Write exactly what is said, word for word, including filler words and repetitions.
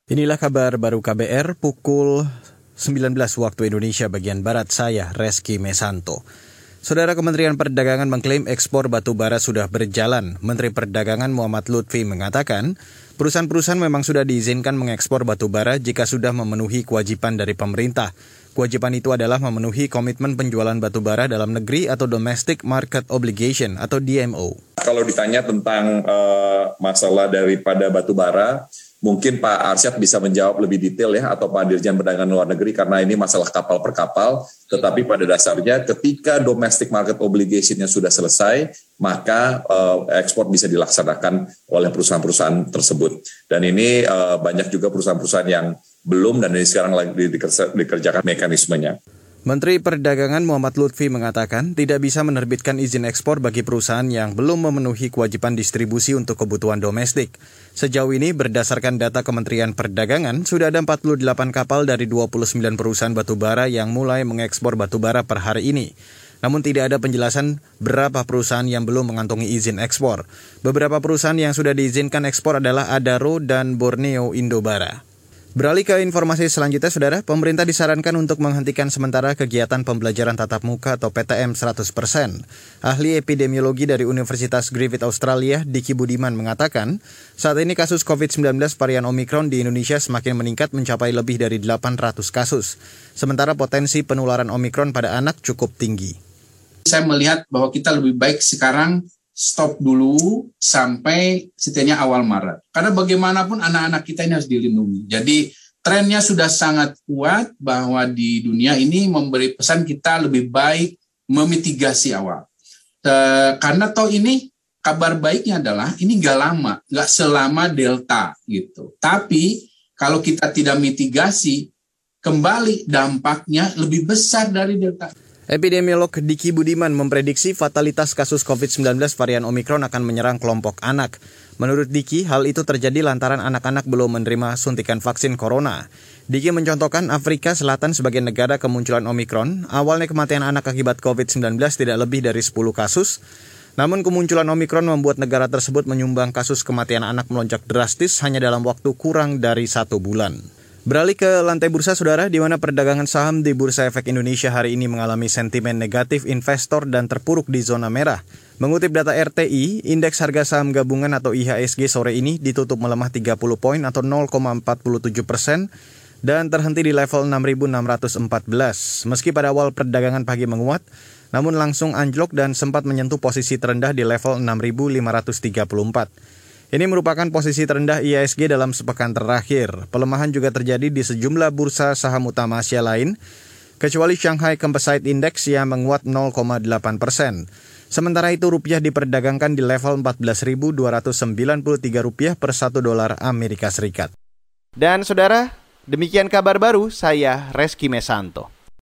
Inilah kabar baru K B R pukul sembilan belas waktu Indonesia bagian Barat, saya Reski Mesanto. Saudara, Kementerian Perdagangan mengklaim ekspor batu bara sudah berjalan. Menteri Perdagangan Muhammad Lutfi mengatakan, perusahaan-perusahaan memang sudah diizinkan mengekspor batu bara jika sudah memenuhi kewajiban dari pemerintah. Kewajiban itu adalah memenuhi komitmen penjualan batu bara dalam negeri atau Domestic Market Obligation atau D M O. Kalau ditanya tentang uh, masalah daripada batu bara, mungkin Pak Arsyad bisa menjawab lebih detail ya, atau Pak Dirjen Perdagangan Luar Negeri, karena ini masalah kapal per kapal. Tetapi pada dasarnya ketika domestic market obligation-nya sudah selesai, maka uh, ekspor bisa dilaksanakan oleh perusahaan-perusahaan tersebut. Dan ini uh, banyak juga perusahaan-perusahaan yang belum, dan ini sekarang lagi dikerjakan mekanismenya. Menteri Perdagangan Muhammad Lutfi mengatakan tidak bisa menerbitkan izin ekspor bagi perusahaan yang belum memenuhi kewajiban distribusi untuk kebutuhan domestik. Sejauh ini, berdasarkan data Kementerian Perdagangan, sudah ada empat puluh delapan kapal dari dua puluh sembilan perusahaan batubara yang mulai mengekspor batubara per hari ini. Namun tidak ada penjelasan berapa perusahaan yang belum mengantongi izin ekspor. Beberapa perusahaan yang sudah diizinkan ekspor adalah Adaro dan Borneo Indobara. Beralih ke informasi selanjutnya, Saudara, pemerintah disarankan untuk menghentikan sementara kegiatan pembelajaran tatap muka atau P T M seratus persen. Ahli epidemiologi dari Universitas Griffith Australia, Diki Budiman, mengatakan, saat ini kasus covid sembilan belas varian Omicron di Indonesia semakin meningkat mencapai lebih dari delapan ratus kasus. Sementara potensi penularan Omicron pada anak cukup tinggi. Saya melihat bahwa kita lebih baik sekarang stop dulu sampai setidaknya awal Maret. Karena bagaimanapun anak-anak kita ini harus dilindungi. Jadi trennya sudah sangat kuat bahwa di dunia ini memberi pesan kita lebih baik memitigasi awal. E, karena toh ini kabar baiknya adalah ini nggak lama, nggak selama Delta gitu. Tapi kalau kita tidak mitigasi, kembali dampaknya lebih besar dari Delta. Epidemiolog Diki Budiman memprediksi fatalitas kasus covid sembilan belas varian Omicron akan menyerang kelompok anak. Menurut Diki, hal itu terjadi lantaran anak-anak belum menerima suntikan vaksin corona. Diki mencontohkan Afrika Selatan sebagai negara kemunculan Omicron. Awalnya kematian anak akibat covid sembilan belas tidak lebih dari sepuluh kasus. Namun kemunculan Omicron membuat negara tersebut menyumbang kasus kematian anak melonjak drastis hanya dalam waktu kurang dari satu bulan. Beralih ke lantai bursa, Saudara, di mana perdagangan saham di Bursa Efek Indonesia hari ini mengalami sentimen negatif investor dan terpuruk di zona merah. Mengutip data R T I, indeks harga saham gabungan atau I H S G sore ini ditutup melemah tiga puluh poin atau nol koma empat tujuh persen dan terhenti di level enam ribu enam ratus empat belas. Meski pada awal perdagangan pagi menguat, namun langsung anjlok dan sempat menyentuh posisi terendah di level enam ribu lima ratus tiga puluh empat. Ini merupakan posisi terendah I H S G dalam sepekan terakhir. Pelemahan juga terjadi di sejumlah bursa saham utama Asia lain, kecuali Shanghai Composite Index yang menguat nol koma delapan persen. Sementara itu rupiah diperdagangkan di level empat belas ribu dua ratus sembilan puluh tiga rupiah per satu dolar Amerika Serikat. Dan Saudara, demikian kabar baru saya Reski Mesanto.